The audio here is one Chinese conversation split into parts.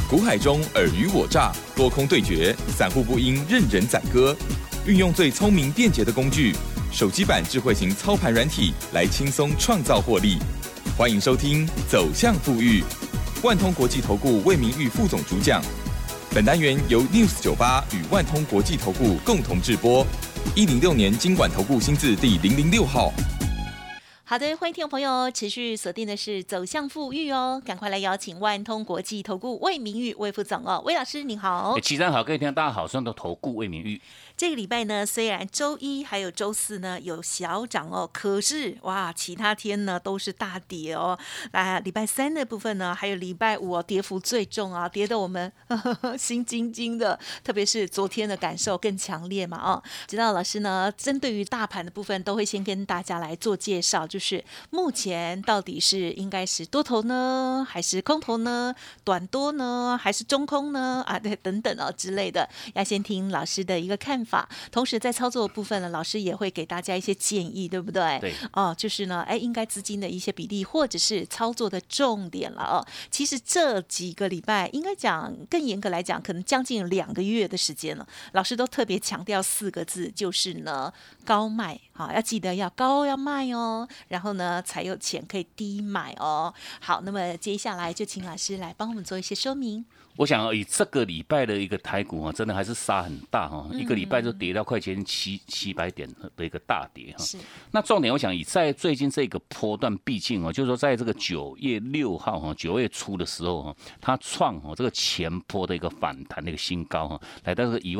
股海中尔虞我诈，多空对决，散户不应任人宰割。运用最聪明便捷的工具，手机版智慧型操盘软体来轻松创造获利。欢迎收听《走向富裕》，万通国际投顾魏明玉副总主讲。本单元由 News98 与万通国际投顾共同制播。106年金管投顾新字第006号。 好的，欢迎听众朋友持续锁定的是走向富裕哦，赶快来邀请万通国际投顾魏明玉魏副总哦，魏老师您好。 齐山好，各位听众大家好，双头投顾魏明玉。 这个礼拜呢，虽然周一还有周四呢有小涨哦，可是哇，其他天呢都是大跌哦。礼拜三的部分呢，还有礼拜五哦，跌幅最重啊，跌得我们心惊惊的，特别是昨天的感受更强烈嘛哦。知道老师呢，针对于大盘的部分，都会先跟大家来做介绍，就是目前到底是应该是多头呢，还是空头呢？短多呢，还是中空呢？对，等等哦之类的，要先听老师的一个看法。同时在操作的部分呢，老师也会给大家一些建议，对不对？ 对哦，就是呢，应该资金的一些比例，或者是操作的重点了哦。其实这几个礼拜，应该讲更严格来讲，可能将近2个月的时间了，老师都特别强调4个字，就是呢，高卖。好，要记得要高要卖哦，然后呢才有钱可以低买哦。好，那么接下来就请老师来帮我们做一些说明。 我想以这个礼拜的一个台股真的还是杀很大一个礼拜就跌到快接近700点的一个大跌是。 那重点我想以在最近这个波段，毕竟就是说在这个9月6号9月初的时候它创这个前波的一个反弹的一个新高来到这个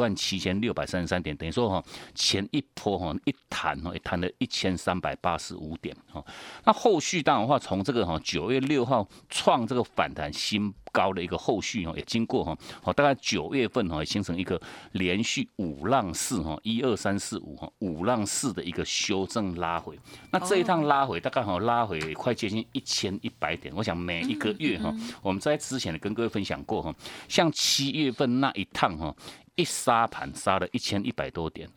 17633点，等于说前一波一弹也弹了1385点那后续当然的话，从这个9月6号创这个反弹新高的一个后续也经过大概9月份也形成一个连续5浪式1、2、3、4、5浪式的一个修正拉回。那这一趟拉回大概拉回快接近1100点。我想每一个月我们在之前跟各位分享过像7月份那一趟一杀盘杀了1100多点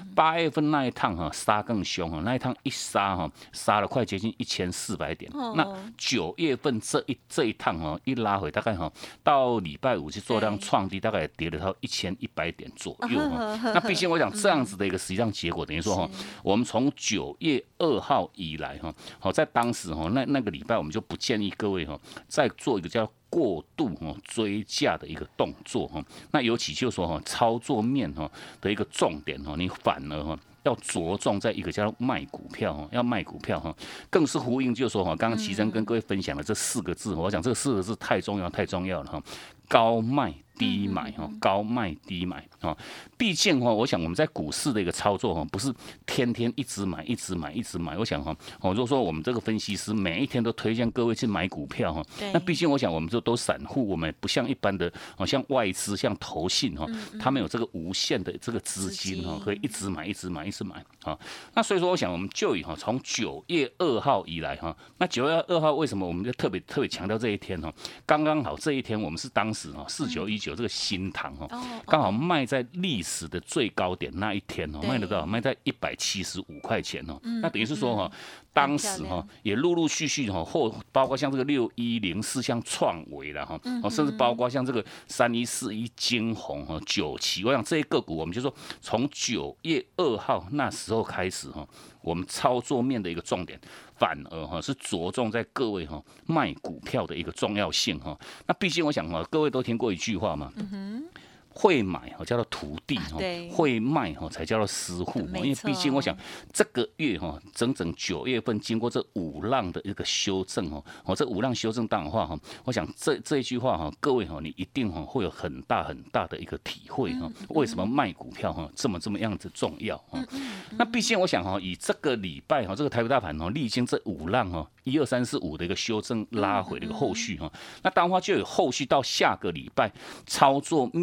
8月份那一趟杀更凶那一趟一杀杀了快接近1400点。那9月份这一趟一拉回，大概到礼拜五去做量创低，大概也跌了到1100点左右那毕竟我想这样子的一个实际上结果，等于说我们从9月2号以来在当时那个礼拜我们就不建议各位再做一个叫过度追价的一个动作那尤其就是说操作面的一个重点你反而要着重在一个叫卖股票要卖股票更是呼应就是说刚刚齐生跟各位分享的这4个字我想这4个字太重要了高卖低买高卖低买毕竟我想我们在股市的一个操作不是天天一直买。我想如果说我们这个分析师每一天都推荐各位去买股票那毕竟我想我们这都散户，我们不像一般的像外资像投信他们有这个无限的这个资金可以一直买那所以说我想我们就以从9月2号以来那9月2号为什么我们就特别强调这一天刚刚好这一天我们是当时4919这个新塘刚好卖在历史的最高点那一天卖得到卖在175块钱那等于是说当时也陆陆续续或包括像这个6104像创维啦甚至包括像这个3141金鸿97，我想这些个股我们就说从9月2号那时候开始我们操作面的一个重点反而是着重在各位卖股票的一个重要性那毕竟我想各位都听过一句话嘛会买叫做徒弟会卖才叫做师傅因为毕竟我想这个月整整9月份经过这5浪的一个修正这5浪修正当的话我想这一句话各位你一定会有很大的一个体会为什么卖股票这么样子重要那毕竟我想以这个礼拜这个台北大盘历经这5浪1、2、3、4、5的一个修正拉回的一个后续那当然话就有后续到下个礼拜操作面的一个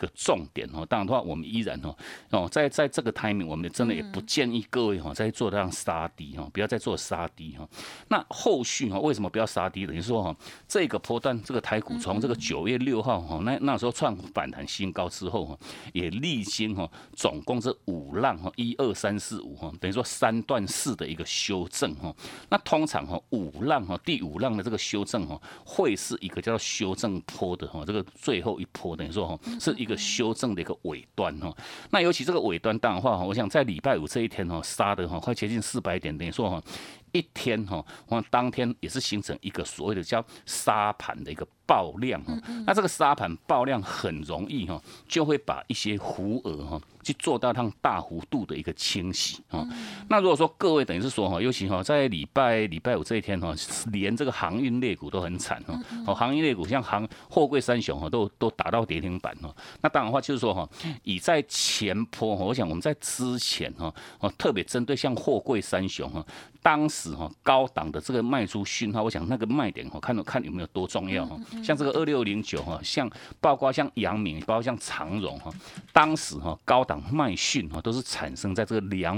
个重点哦。当然的话，我们依然在这个 timing， 我们真的也不建议各位再做这样杀低不要再做杀低那后续为什么不要杀低？等于说这个波段，这个台股从这个9月6号那时候创反弹新高之后也历经总共这5浪1、2、3、4、5等于说3段式的一个修正那通常5浪第5浪的这个修正会是一个叫做修正波的这个最后一波，等于说是一个修正的一个尾端那尤其这个尾端当然的话，我想在礼拜五这一天杀的快接近400点，等于说一天当天也是形成一个所谓的叫杀盘的一个爆量那这个杀盘爆量很容易就会把一些胡貰去做到它大幅度的一个清洗那如果说各位等于是说尤其在礼拜五这一天连这个航运类股都很惨航运类股像货柜三雄都打到跌停板那当然的话就是说以在前波我想我们在之前特别针对像货柜三雄当时高档的这个卖出讯号，我想那个卖点看有没有多重要像这个2609像包括像阳明，包括像长荣当时高档卖讯都是产生在这个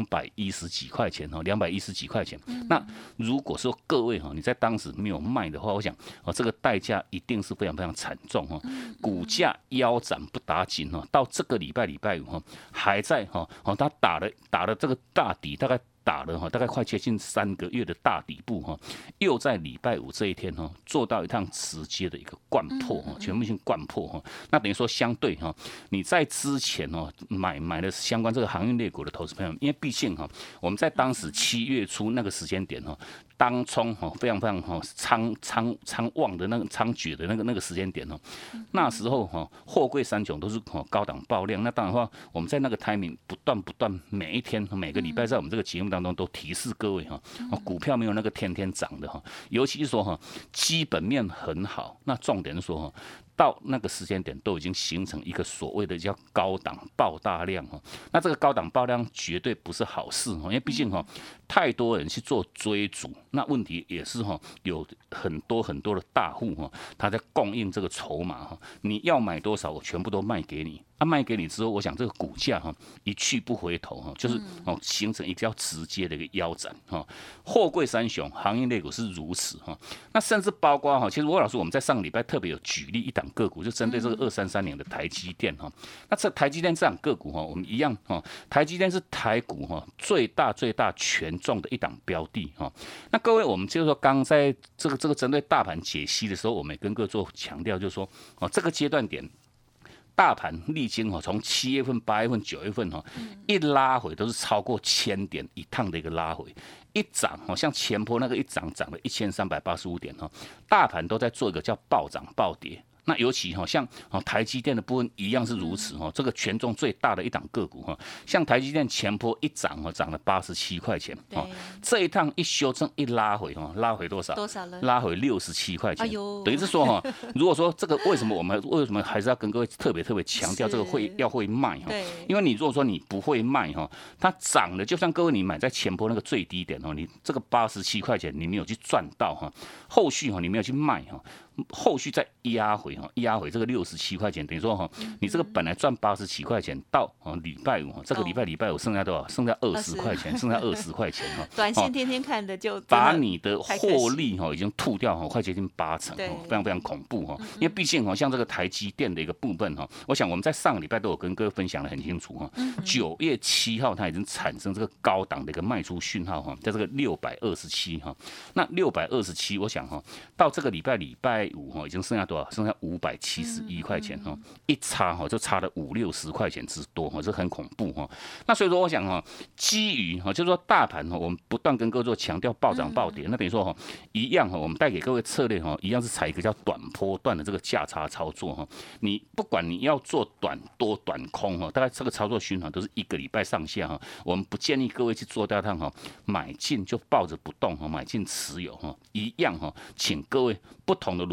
210几块钱210几块钱。那如果说各位你在当时没有卖的话，我想这个代价一定是非常非常惨重股价腰斩不打紧到这个礼拜五还在它打了这个大底，大概快接近3个月的大底部又在礼拜五这一天做到一趟直接的一个灌破全部性灌破那等于说相对你在之前买了相关这个航运类股的投资朋友，因为毕竟我们在当时7月初那个时间点当冲非常非常猖旺的那个猖獗的那个时间点那时候货柜三雄都是高档爆量。那当然的话，我们在那个 timing 不断每一天每个礼拜在我们这个节目当中都提示各位股票没有那个天天涨的尤其是说基本面很好，那重点是说到那个时间点都已经形成一个所谓的叫高档爆大量那这个高档爆量绝对不是好事因为毕竟太多人去做追逐，那问题也是有很多的大户他在供应这个筹码你要买多少我全部都卖给你卖给你之后，我想这个股价一去不回头就是形成一个较直接的一个腰斩货柜三雄航运类股是如此那甚至包括其实魏老师我们在上个礼拜特别有举例一档个股，就针对这个233年的台积电那这台积电这档个股我们一样台积电是台股最大权重的一档标的那各位我们就是说刚在这个针对大盘解析的时候，我们也跟各位做强调，就是说这个阶段点大盘历经从7月份、8月份、9月份一拉回都是超过1000点一趟的一个拉回，一涨像前波那个一涨了1385点大盘都在做一个叫暴涨暴跌。那尤其像台积电的部分一样是如此这个权重最大的一档个股像台积电前波一涨涨了87块钱这一趟一修正一拉回拉回多少了？拉回67块钱。等于是说如果说这个为什么还是要跟各位特别强调这个要会卖因为你如果说你不会卖它涨了，就像各位你买在前波那个最低点你这个87块钱你没有去赚到后续你没有去卖后续再压回这个67块钱，等于说你这个本来赚87块钱，到礼拜五这个礼拜五剩下多少？剩下20块钱，剩下20块钱短线天天看的就把你的获利已经吐掉快接近80%非常非常恐怖因为毕竟像这个台积电的一个部分我想我们在上个礼拜都有跟各位分享得很清楚9月7号它已经产生这个高档的一个卖出讯号在这个627那627我想到这个礼拜五已经剩下多少？剩下571块钱一差就差了50-60块钱之多这很恐怖那所以说我想基于就是说大盘我们不断跟各位做强调暴涨暴跌，那等于说一样我们带给各位策略一样是采一个叫短波段的这个价差操作你不管你要做短多短空大概这个操作循环都是1个礼拜上下我们不建议各位去做掉它买进就抱着不动买进持有一样请各位不同的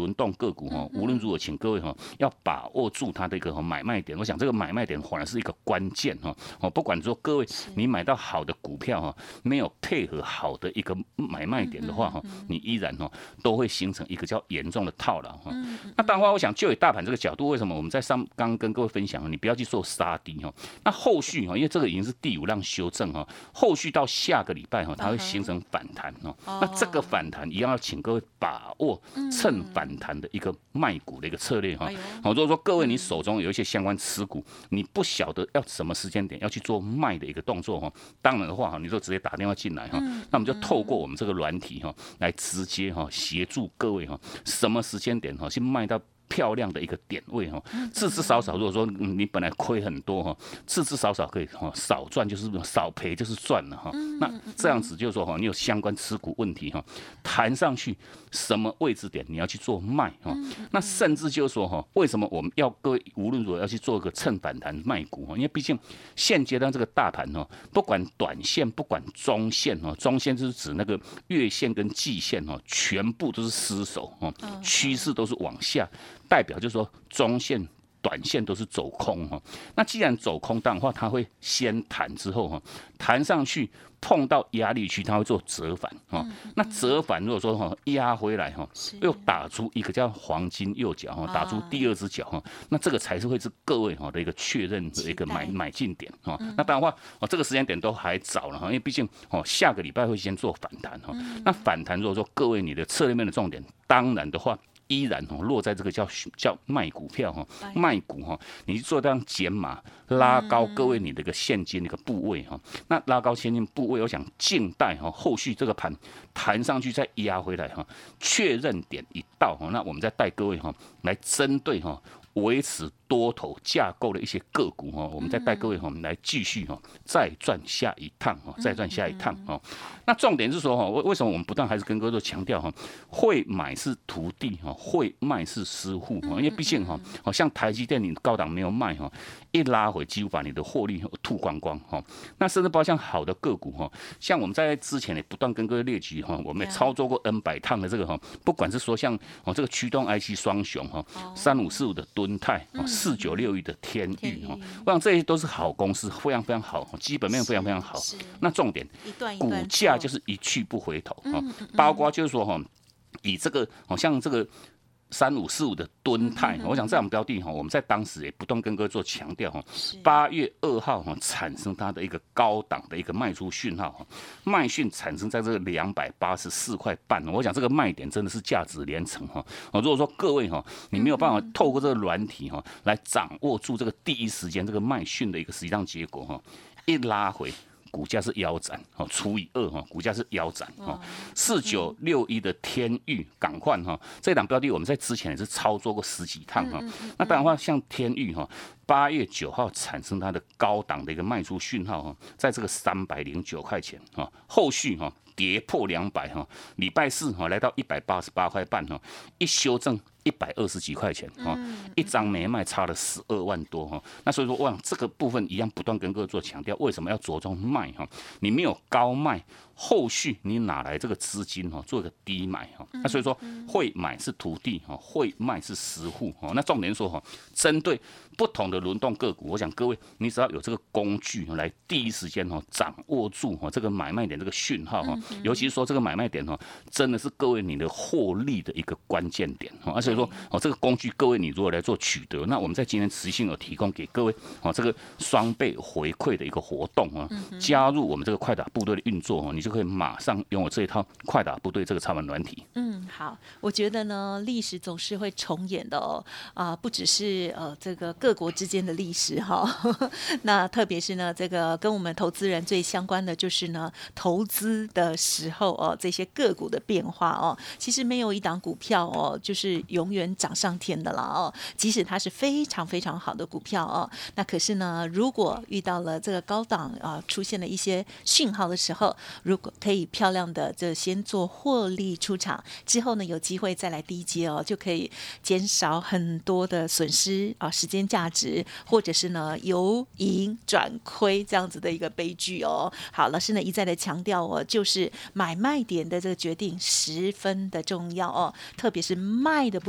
轮动个股无论如何，请各位要把握住它的一个买卖点。我想这个买卖点反而是一个关键不管说各位你买到好的股票没有配合好的一个买卖点的话你依然都会形成一个较严重的套牢那当然我想就以大盘这个角度，为什么我们在刚跟各位分享你不要去做杀低那后续因为这个已经是第5浪修正后续到下个礼拜它会形成反弹那这个反弹一样要请各位把握趁反弹的一个卖股的一个策略如果说各位你手中有一些相关持股，你不晓得要什么时间点要去做卖的一个动作当然的话你就直接打电话进来那我们就透过我们这个软体来直接协助各位什么时间点去卖到漂亮的一个点位至少如果说你本来亏很多至少可以少赚就是少赔就是赚了那这样子就是说你有相关持股问题弹上去什么位置点你要去做卖那甚至就是说为什么我们要各位无论如何要去做一个趁反弹卖股因为毕竟现阶段这个大盘不管短线不管中线中线就是指那个月线跟季线全部都是失守趋势都是往下，代表就是说中线短线都是走空那既然走空的话它会先弹之后弹上去碰到压力区它会做折返那折返如果说压回来又打出一个叫黄金右脚打出第2只脚那这个才是会是各位的一个确认的一个买进点那当然话这个时间点都还早了因为毕竟下个礼拜会先做反弹那反弹如果说各位你的策略面的重点当然的话依然落在这个叫卖股票卖股你做这样减码拉高各位你的一个现金的一个部位那拉高现金部位我想静待后续这个盘弹上去再压回来确认点一到那我们再带各位来针对维持多头架构的一些个股我们再带各位来继续再赚下一趟再赚下一趟那重点是说为什么我们不但还是跟各位都强调会买是徒弟会卖是师傅因为毕竟像台积电你高档没有卖一拉回几乎把你的获利吐光光那甚至包括像好的个股像我们在之前也不断跟各位列举我们也操作过 N100趟的这个不管是说像这个驱动 IC 双雄3545的敦泰4961的天钰我想这些都是好公司，非常非常好，基本面非常非常好。那重点股价就是一去不回头包括就是说以这个像这个3545的敦泰我想这样标的我们在当时也不断跟各位做强调8月2号产生它的一个高档的一个卖出讯号卖讯产生在这个284块半我想这个卖点真的是价值连城如果说各位你没有办法透过这个软体来掌握住这个第一时间这个卖讯的一个实际上结果一拉回股价是腰斩除以2股价是腰斩4961的天钰赶快这档标的我们在之前也是操作过10几趟那当然话像天钰8月9号产生它的高档的一个卖出讯号在这个309块钱后续跌破200礼拜4来到188块半一修正120几块钱一张没卖差了12万多那所以说我想这个部分一样不断跟各位做强调，为什么要着重卖你没有高卖后续你哪来这个资金做一个低买那所以说会买是徒弟会卖是师傅那重点说针对不同的轮动个股，我想各位你只要有这个工具来第一时间掌握住这个买卖点这个讯号尤其是说这个买卖点真的是各位你的获利的一个关键点所以说这个工具各位你如果来做取得，那我们在今天持续性有提供给各位这个双倍回馈的一个活动加入我们这个快打部队的运作你就可以马上拥有这一套快打部队这个操盘软体。 好，我觉得呢历史总是会重演的不只是这个各国之间的历史那特别是呢这个跟我们投资人最相关的就是呢投资的时候这些个股的变化其实没有一档股票就是永远涨上天的了即使它是非常非常好的股票那可是呢如果遇到了这个高档出现了一些讯号的时候，如果可以漂亮的就先做获利出场，之后呢有机会再来低接就可以减少很多的损失时间价值，或者是呢由盈转亏这样子的一个悲剧好，老师呢一再的强调就是买卖点的这个决定十分的重要特别是卖的部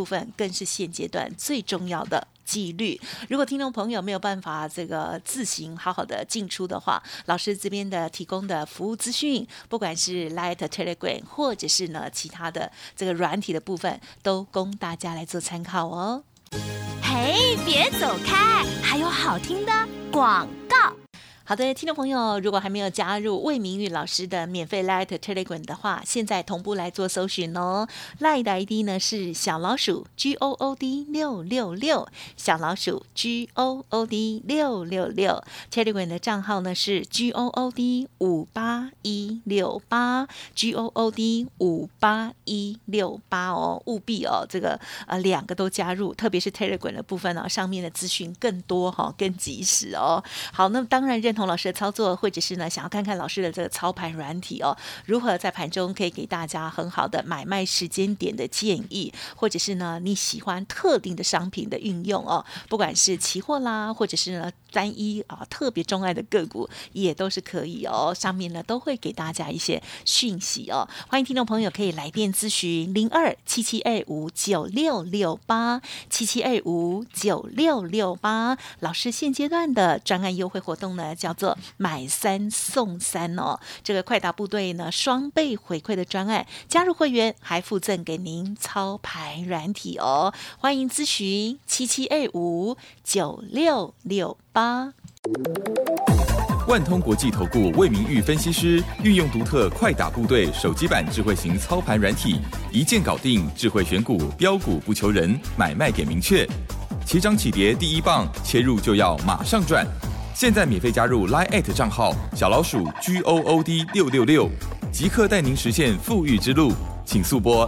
部分更是现阶段最重要的纪律。如果听众朋友没有办法这个自行好好的进出的话，老师这边的提供的服务资讯，不管是 Light Telegram 或者是呢其他的这个软体的部分，都供大家来做参考哦。 嘿，别走开，还有好听的广告。 好的，听众朋友，如果还没有加入魏明玉老师的免费 Light Telegram 的话，现在同步来做搜寻哦。Light 的 ID 呢是小老鼠 GOOD666， 小老鼠 GOOD666。Telegram 的账号呢是 GOOD58168 GOOD58168哦，务必哦这个两个都加入，特别是 Telegram 的部分哦，上面的资讯更多哈，更及时哦。好，那当然认同老师的操作，或者是呢想要看看老师的这个操盘软体哦，如何在盘中可以给大家很好的买卖时间点的建议，或者是呢你喜欢特定的商品的运用哦，不管是期货啦，或者是呢单一特别钟爱的个股，也都是可以哦。上面呢都会给大家一些讯息哦，欢迎听众朋友可以来电咨询02-7725-9668 7725-9668。老师现阶段的专案优惠活动呢，叫做买3送3哦。这个快打部队呢双倍回馈的专案，加入会员还附赠给您操盘软体哦。欢迎咨询7725-9668。 万通国际投顾魏明玉分析师运用独特快打部队手机版智慧型操盘软体，一键搞定智慧选股，标股不求人，买卖点明确。起涨起跌第一棒，切入就要马上赚。现在免费加入 Line@ 账号小老鼠 GOOD666， 即刻带您实现富裕之路。请速拨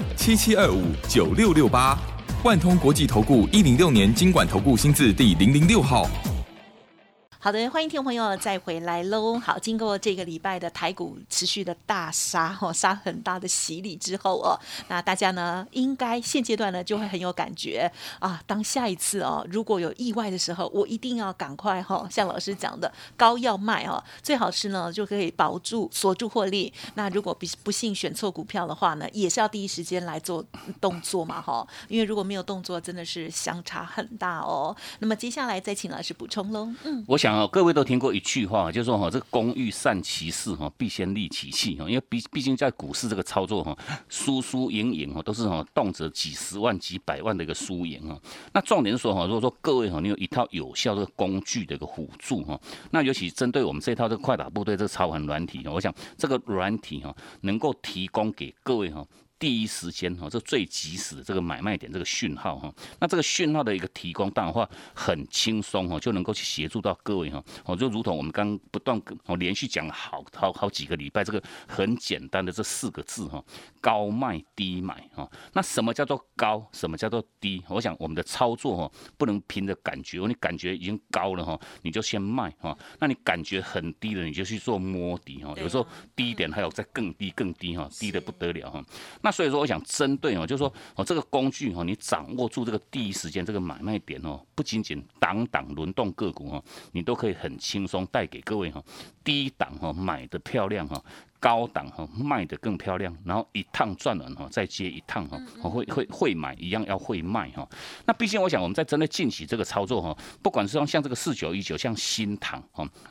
02-7725-9668。万通国际投顾106年金管投顾新字第006号。 好的，欢迎听众朋友再回来喽。好，经过这个礼拜的台股持续的大杀杀很大的洗礼之后哦，那大家呢应该现阶段呢就会很有感觉啊。当下一次哦，如果有意外的时候，我一定要赶快像老师讲的高要卖最好是呢就可以锁住获利。那如果不幸选错股票的话呢，也是要第一时间来做动作嘛因为如果没有动作，真的是相差很大哦。那么接下来再请老师补充喽。 我想各位都听过一句话，就是说这个工欲善其事必先利其器因为毕竟在股市这个操作输赢都是动辄几十万几百万的一个输赢那重点是说如果说各位你有一套有效的工具的一个辅助那尤其针对我们这套这个快打部队这个操盘软体我想这个软体能够提供给各位第一时间这最及时的这个买卖点这个讯号那这个讯号的一个提供，当然话很轻松就能够去协助到各位就如同我们刚不断连续讲了好几个礼拜，这个很简单的这4个字高卖低买那什么叫做高，什么叫做低？我想我们的操作不能凭着感觉，你感觉已经高了你就先卖那你感觉很低了，你就去做摸底有时候低一点还有再更低低得不得了那所以说，我想针对就是说这个工具你掌握住这个第一时间这个买卖点不仅仅档轮动个股你都可以很轻松带给各位低档买得漂亮高档卖得更漂亮，然后一趟赚完再接一趟会买一样要会卖那毕竟我想我们在针对近期这个操作不管是像这个4919像新唐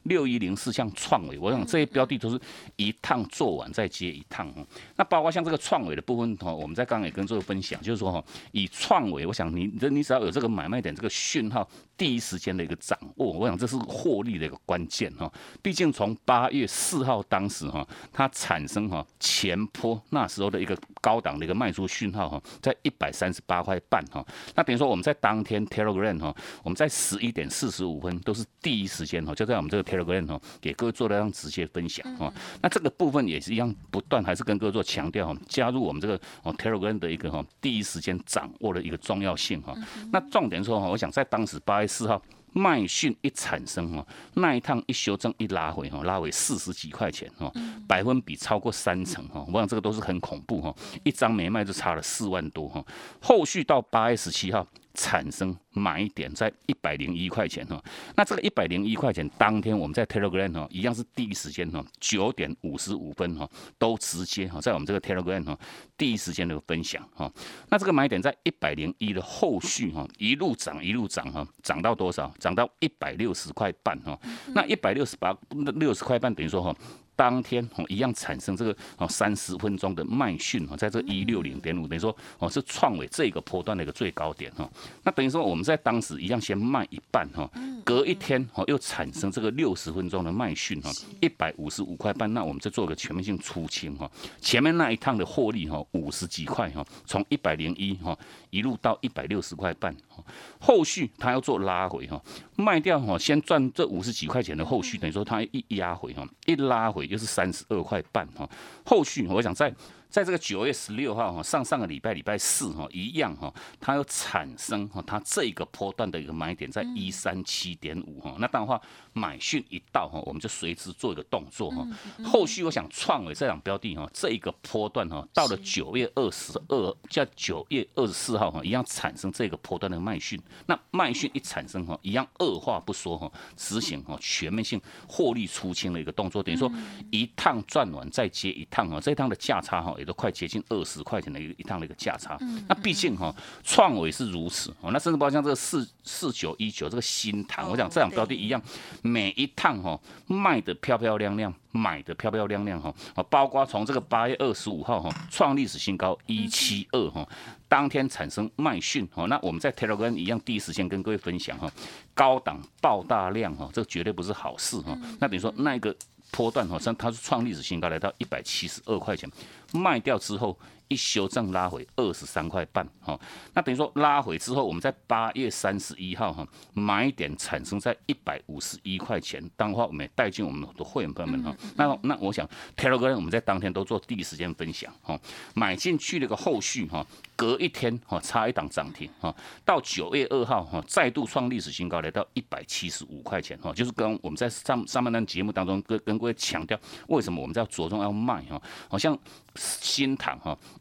6104像创伟，我想这些标的都是一趟做完再接一趟那包括像这个创伟的部分我们在刚刚也跟各位分享，就是说以创伟，我想你只要有这个买卖点这个讯号第一时间的一个掌握，我想这是获利的一个关键毕竟从8月4号当时它产生前波那时候的一个高档的一个卖出讯号在138块半那等于说我们在当天 Telegram 我们在11点45分都是第一时间就在我们这个 Telegram 给各位做了这样直接分享那这个部分也是一样，不断还是跟各位做强调加入我们这个 Telegram 的一个第一时间掌握的一个重要性那重点说我想在当时8月4号卖讯一产生那一趟一修正一拉回40几块钱百分比超过30%我想这个都是很恐怖一张没卖就差了4万多后续到8月17号产生买点在101块钱哈。那这个101块钱，当天我们在 Telegram 哈，一样是第一时间哈，9点55分哈，都直接哈在我们这个 Telegram 哈第一时间的分享哈。那这个买点在101的后续哈，一路涨哈，涨到多少？涨到160块半哈。那160块半等于说哈。当天一样产生这个30分钟的卖讯在这160.5，等于说是创伟这个波段的一个最高点哈。那等于说我们在当时一样先卖一半哈，隔一天又产生这个60分钟的卖讯哈，155块半。那我们再做个全面性出清哈，前面那一趟的获利50几块哈，从101一路到160块半，后续它要做拉回哈，卖掉先赚这50几块钱的后续，等于说它一压回一拉回。又是32块半哈，后续我想在这个9月16号上个礼拜4一样它又产生它这个波段的一个买点在137.5那当然话买讯一到我们就随之做一个动作后续我想创伟这档标的这一个波段到了9月22叫9月24号一样产生这个波段的卖讯，那卖讯一产生一样二话不说执行全面性获利出清的一个动作，等于说一趟赚完再接一趟这一趟的价差也都快接近20块钱的一趟的一个价差。那毕竟创伟是如此那甚至包括像这个4919这个新唐，我想这两标的一样，每一趟卖的漂漂亮亮，买的漂漂亮亮包括从这个8月25号创历史新高172当天产生卖讯那我们在 Telegram 一样第一时间跟各位分享高档爆大量这绝对不是好事那等于说那一个波段它是创历史新高，来到172块钱，卖掉之后一修正拉回23块半那等于说拉回之后，我们在8月31号买点产生在151块钱，当然话我们也带进我们的会员朋友们那我想 Telegram 我们在当天都做第一时间分享买进去的一个后续隔一天差一档涨停到9月2号再度创历史新高，来到175块钱就是跟我们在上半段节目当中跟各位强调，为什么我们要着重要卖好像新唐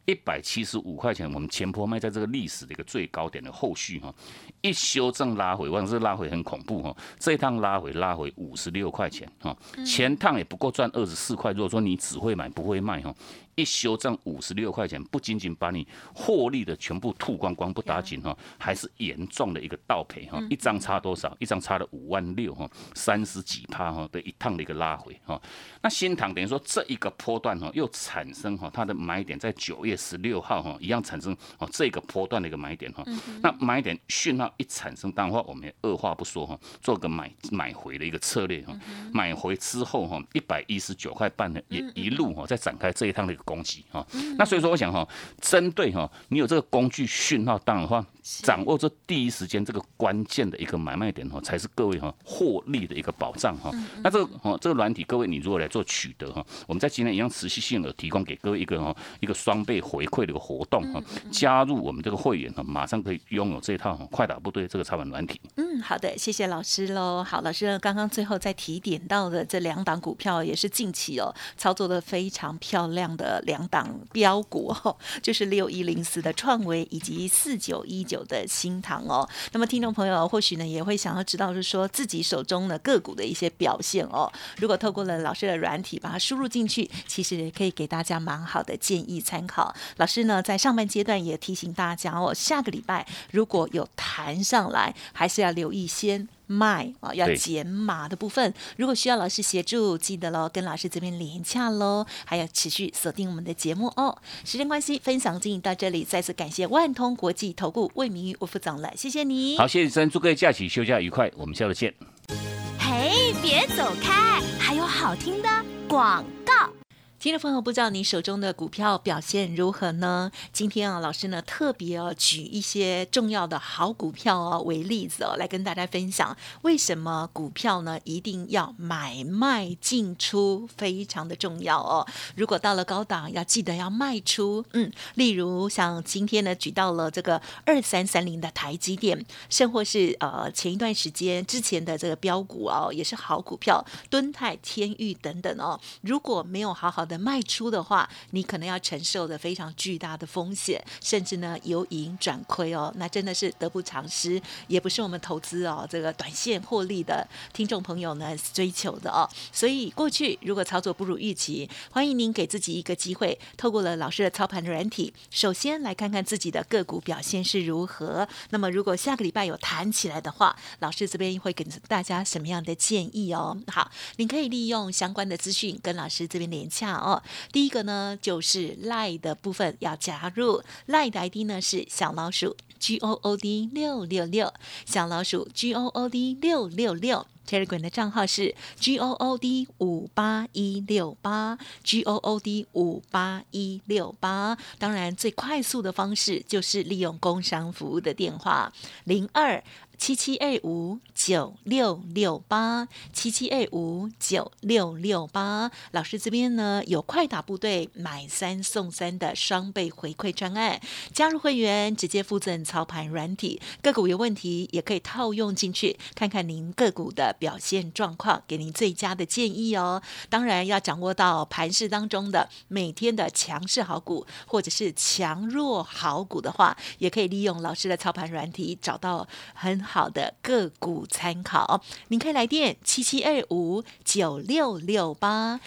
175块钱，我们前波卖在这个历史的一个最高点的后续一修正拉回，我想这拉回很恐怖这一趟拉回56块钱前趟也不够赚24块，如果说你只会买不会卖一修正56块钱，不仅仅把你获利的全部吐光光不打紧还是严重的一个倒赔一张差多少？一张差了5600030几%的一趟的一个拉回那新唐等于说这一个波段又产生它的买点在9月16号一样产生这个波段的一个买点那买点讯号一产生，当然话我们也二话不说做个买回的一个策略买回之后119块半呢也一路再展开这一趟的一个攻击那所以说我想针对你有这个工具讯号，当然话掌握这第一时间这个关键的一个买卖点才是各位获利的一个保障那这个软体，各位你如果来做取得我们在今天一样持续性的提供给各位一个双倍回馈的一个活动加入我们这个会员马上可以拥有这一套快打部队这个操盘软体。 好的，谢谢老师喽。好，老师刚刚最后再提点到的这2档股票，也是近期操作的非常漂亮的2档标股就是6104的创维以及4919的新唐那么听众朋友或许呢也会想要知道，是说自己手中的个股的一些表现如果透过了老师的软体把它输入进去，其实也可以给大家蛮好的建议参考。老师呢在上半阶段也提醒大家下个礼拜如果有弹上来，还是要留意先卖要减码的部分。如果需要老师协助，记得跟老师这边连洽咯，还要持续锁定我们的节目时间关系，分享进行到这里，再次感谢万通国际投顾魏明玉魏副总了，谢谢你。 好，谢谢真，祝各位假期休假愉快，我们下次见。 嘿，别走开，还有好听的广告。 听众朋友，不知道你手中的股票表现如何呢？今天老师呢特别举一些重要的好股票为例子来跟大家分享，为什么股票呢一定要买卖进出，非常的重要如果到了高档，要记得要卖出。例如像今天呢举到了这个2330的台积电，甚或是前一段时间之前的这个标股也是好股票，敦泰、天钰等等如果没有好好的的卖出的话，你可能要承受的非常巨大的风险，甚至呢由盈转亏哦，那真的是得不偿失，也不是我们投资这个短线获利的听众朋友呢追求的哦。所以过去如果操作不如预期，欢迎您给自己一个机会，透过了老师的操盘软体，首先来看看自己的个股表现是如何。那么如果下个礼拜有弹起来的话，老师这边会给大家什么样的建议哦？好，你可以利用相关的资讯跟老师这边联洽哦。第一个呢就是 LINE 的部分要加入， LINE 的 ID 呢是小老鼠GOOD 666，小老鼠GOOD 666。Telegram 的账号是 GOOD 58168 GOOD 58168。当然最快速的方式就是利用工商服务的电话02-7725-9668 7725-9668。老师这边呢有快打部队买3送3的双倍回馈专案，加入会员直接附赠操盘软体，个股有问题也可以套用进去，看看您个股的表现状况，给您最佳的建议哦。当然要掌握到盘势当中的每天的强势好股或者是强弱好股的话，也可以利用老师的操盘软体找到很好的个股参考。您可以来电7725-9668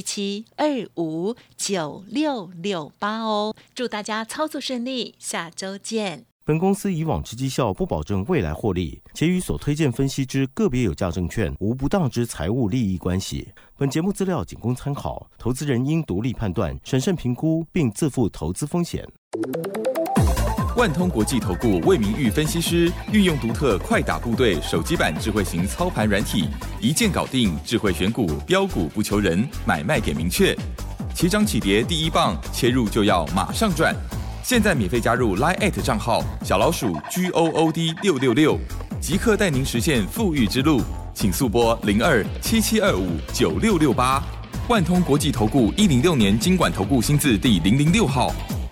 7725-9668哦。祝大家操作顺利，下周见。 本公司以往之绩效不保证未来获利，且与所推荐分析之个别有价证券无不当之财务利益关系。本节目资料仅供参考，投资人应独立判断、审慎评估，并自负投资风险。 万通国际投顾魏明玉分析师运用独特快打部队手机版智慧型操盘软体，一键搞定智慧选股，标股不求人，买卖点明确。起涨起跌第一棒，切入就要马上赚。现在免费加入 LINE@ 账号小老鼠 GOOD 666，即刻带您实现富裕之路。请速拨02-7725-9668。万通国际投顾106年金管投顾新字第006号。